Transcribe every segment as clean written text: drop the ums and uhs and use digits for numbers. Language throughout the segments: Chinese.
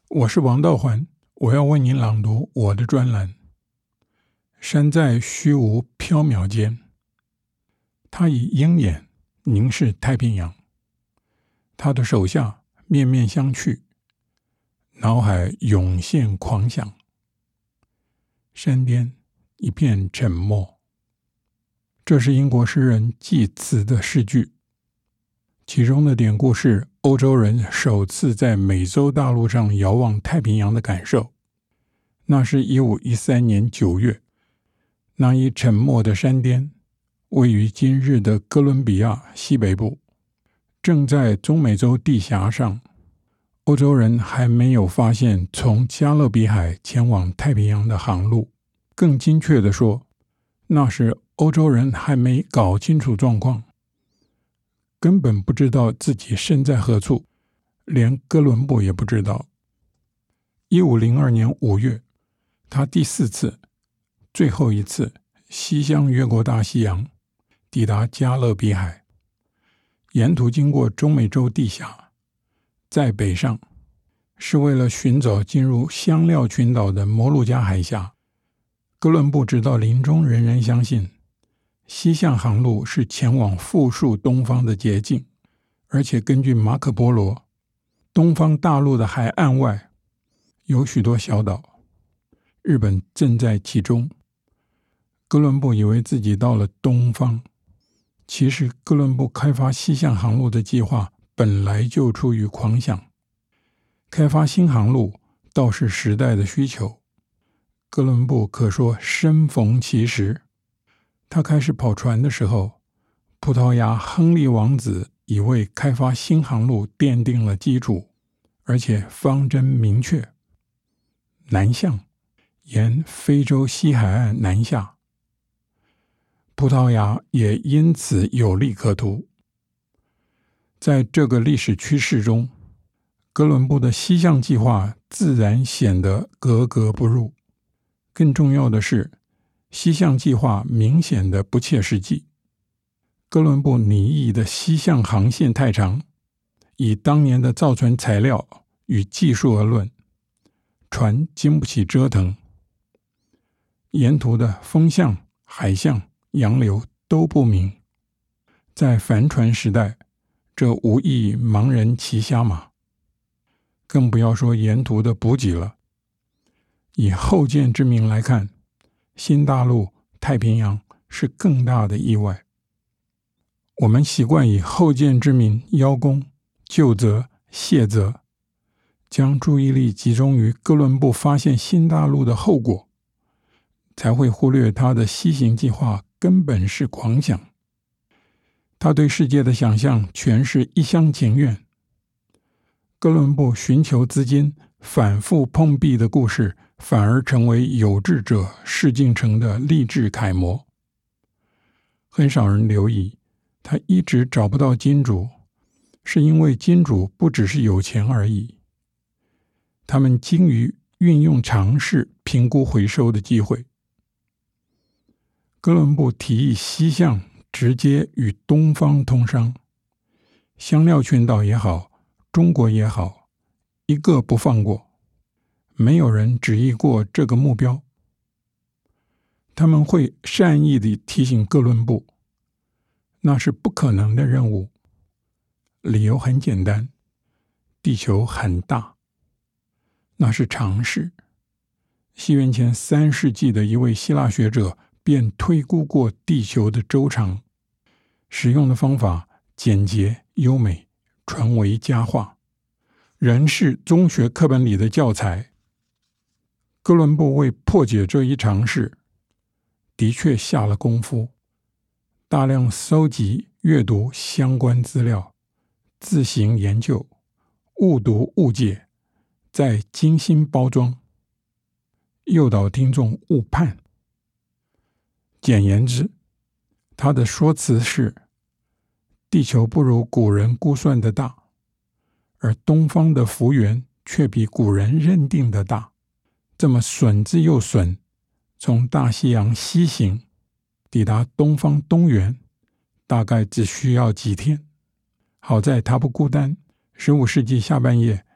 我是王道环，我要为您朗读我的专栏。山在虚无缥缈间，他以鹰眼凝视太平洋，他的手下面面相觑，脑海涌现狂想。山巅一片沉默。这是英国诗人济慈的诗句，其中的典故是欧洲人首次在美洲大陆上遥望太平洋的感受。那是1513年9月，那一沉默的山巅位于今日的哥伦比亚西北部，正在中美洲地峡上。欧洲人还没有发现从加勒比海前往太平洋的航路，更精确地说，那时欧洲人还没搞清楚状况，根本不知道自己身在何处，连哥伦布也不知道。1502年5月，他第4次，最后一次西向越过大西洋，抵达加勒比海，沿途经过中美洲地峡，在北上是为了寻找进入香料群岛的摩鹿加海峡。哥伦布直到临终仍然相信西向航路是前往富庶东方的捷径，而且根据马可波罗，东方大陆的海岸外有许多小岛，日本正在其中。哥伦布以为自己到了东方，其实哥伦布开发西向航路的计划本来就出于狂想，开发新航路倒是时代的需求。哥伦布可说生逢其时。他开始跑船的时候，葡萄牙亨利王子已为开发新航路奠定了基础，而且方针明确，南向，沿非洲西海岸南下。葡萄牙也因此有利可图。在这个历史趋势中，哥伦布的西向计划自然显得格格不入。更重要的是，西向计划明显的不切实际。哥伦布拟议的西向航线太长，以当年的造船材料与技术而论，船经不起折腾。沿途的风向、海象、洋流都不明，在帆船时代，这无异盲人骑瞎马。更不要说沿途的补给了。以后见之明来看，新大陆、太平洋是更大的意外。我们习惯以后见之明邀功、就责、谢责，将注意力集中于哥伦布发现新大陆的后果，才会忽略他的西行计划根本是狂想。他对世界的想象全是一厢情愿。哥伦布寻求资金、反复碰壁的故事，反而成为有志者事竟成的励志楷模。很少人留意，他一直找不到金主，是因为金主不只是有钱而已。他们精于运用常识评估回收的机会。哥伦布提议西向直接与东方通商，香料群岛也好，中国也好，一个不放过。没有人质疑过这个目标。他们会善意地提醒哥伦布，那是不可能的任务。理由很简单，地球很大，那是常识。西元前3世纪的一位希腊学者便推估过地球的周长，使用的方法简洁优美，传为佳话，仍是中学课本里的教材。哥伦布为破解这一常识，的确下了功夫，大量搜集、阅读相关资料，自行研究，误读误解，再精心包装，诱导听众误判。简言之，他的说辞是：地球不如古人估算的大，而东方的幅员却比古人认定的大。这么损之又损，从大西洋西行，抵达东方东缘，大概只需要几天。好在他不孤单，15世纪下半叶，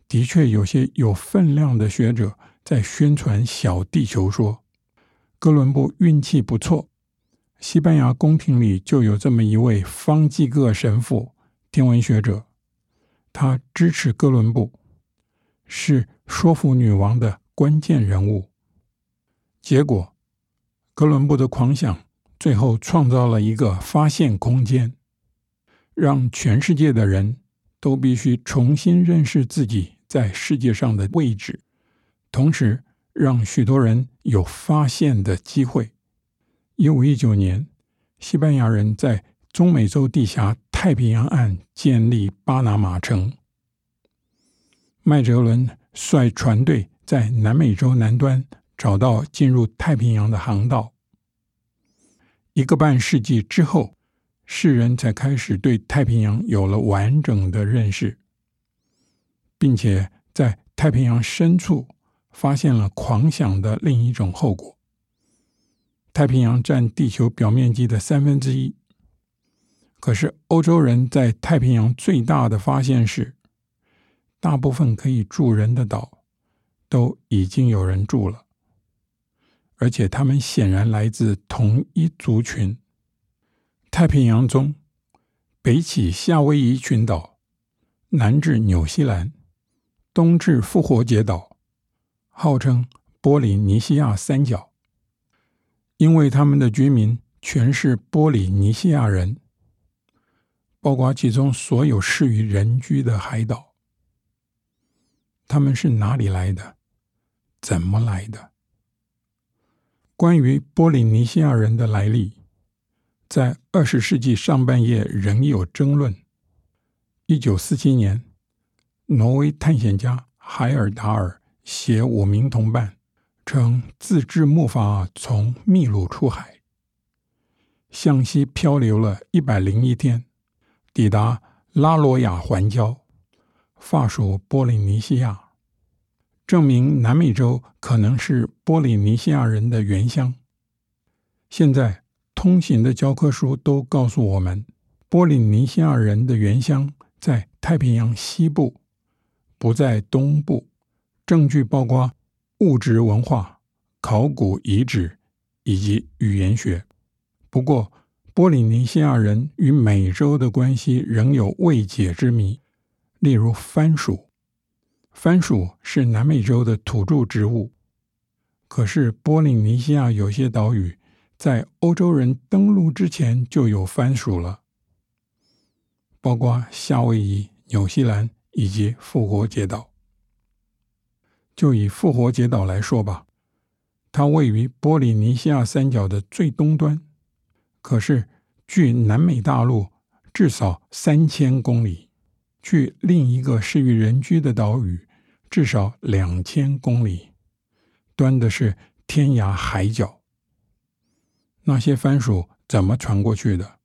的确有些有分量的学者在宣传小地球说，哥伦布运气不错，西班牙宫廷里就有这么一位方济各神父，天文学者，他支持哥伦布，是说服女王的关键人物。结果哥伦布的狂想最后创造了一个发现空间，让全世界的人都必须重新认识自己在世界上的位置，同时让许多人有发现的机会。1519年，西班牙人在中美洲地峡太平洋岸建立巴拿马城，麦哲伦率船队在南美洲南端找到进入太平洋的航道。1个半世纪之后，世人才开始对太平洋有了完整的认识，并且在太平洋深处发现了狂想的另一种后果。太平洋占地球表面积的1/3，可是欧洲人在太平洋最大的发现是，大部分可以住人的岛都已经有人住了，而且他们显然来自同一族群。太平洋中，北起夏威夷群岛，南至纽西兰，东至复活节岛，号称波里尼西亚三角。因为他们的居民全是波里尼西亚人，包括其中所有适于人居的海岛。他们是哪里来的？怎么来的？关于波里尼西亚人的来历，在20世纪上半叶仍有争论。1947年，挪威探险家海尔达尔携5名同伴乘自制木筏从秘鲁出海，向西漂流了101天，抵达拉罗亚环礁，法属波利尼西亚，证明南美洲可能是波利尼西亚人的原乡。现在通行的教科书都告诉我们，波利尼西亚人的原乡在太平洋西部，不在东部。证据包括物质文化、考古遗址以及语言学。不过，波利尼西亚人与美洲的关系仍有未解之谜，例如番薯。番薯是南美洲的土著植物，可是波利尼西亚有些岛屿在欧洲人登陆之前就有番薯了，包括夏威夷、纽西兰以及复活节岛。就以复活节岛来说吧，它位于波利尼西亚三角的最东端，可是距南美大陆至少3000公里，距另一个适于人居的岛屿至少2000公里，端的是天涯海角。那些番薯怎么传过去的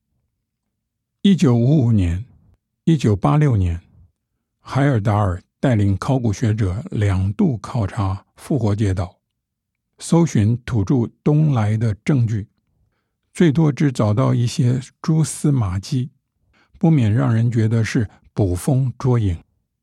？1955年、1986年，海尔达尔带领考古学者2度考察复活节岛，搜寻土著东来的证据，最多只找到一些蛛丝马迹，不免让人觉得是捕风捉影。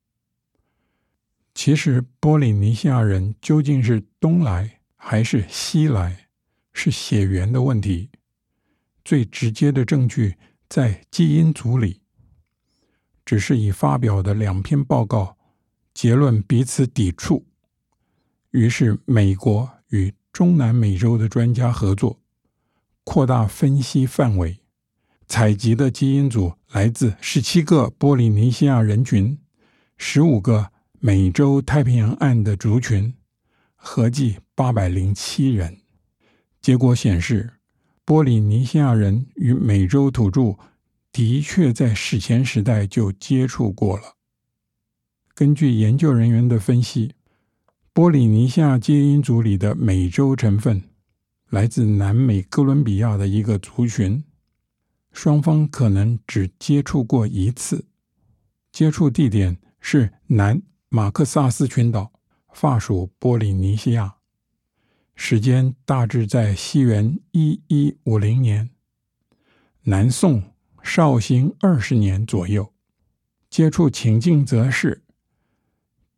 其实波利尼西亚人究竟是东来还是西来，是血缘的问题。最直接的证据在基因组里，只是已发表的2篇报告结论彼此抵触，于是美国与中南美洲的专家合作，扩大分析范围，采集的基因组来自17个波利尼西亚人群，15个美洲太平洋岸的族群，合计807人。结果显示，波利尼西亚人与美洲土著的确在史前时代就接触过了。根据研究人员的分析，波利尼西亚基因组里的美洲成分来自南美哥伦比亚的一个族群，双方可能只接触过1次，接触地点是南马克萨斯群岛，法属波利尼西亚，时间大致在西元1150年，南宋绍兴20年左右。接触情境则是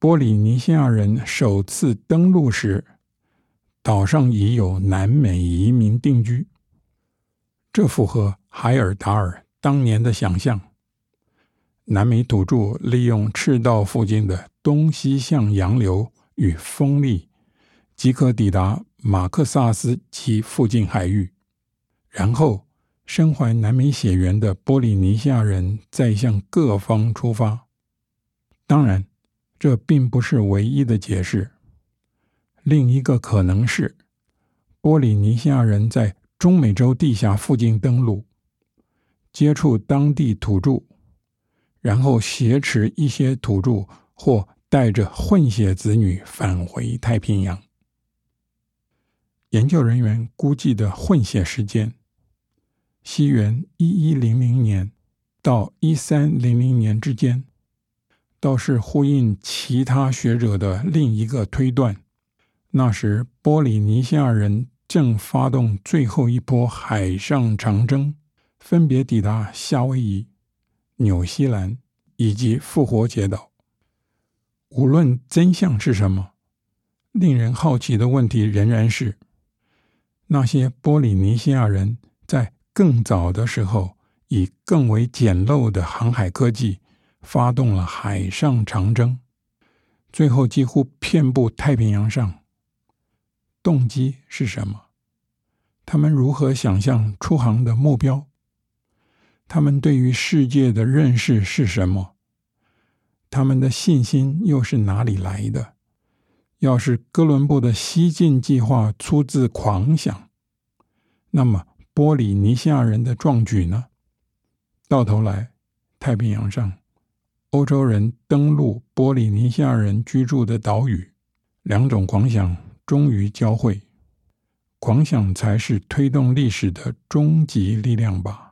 波利尼西亚人首次登陆时，岛上已有南美移民定居，这符合海尔达尔当年的想象。南美土著利用赤道附近的东西向洋流与风力，即可抵达马克萨斯及附近海域，然后身怀南美血缘的波利尼西亚人再向各方出发。当然，这并不是唯一的解释。另一个可能是，波利尼西亚人在中美洲地峡附近登陆，接触当地土著，然后挟持一些土著或带着混血子女返回太平洋。研究人员估计的混血时间，西元1100年到1300年之间，倒是呼应其他学者的另一个推断。那时波利尼西亚人正发动最后一波海上长征，分别抵达夏威夷、纽西兰以及复活节岛。无论真相是什么，令人好奇的问题仍然是，那些波利尼西亚人在更早的时候以更为简陋的航海科技发动了海上长征，最后几乎遍布太平洋上。动机是什么？他们如何想象出航的目标？他们对于世界的认识是什么？他们的信心又是哪里来的？要是哥伦布的西进计划出自狂想，那么波利尼西亚人的壮举呢？到头来，太平洋上，欧洲人登陆波利尼西亚人居住的岛屿，两种狂想终于交汇。狂想才是推动历史的终极力量吧。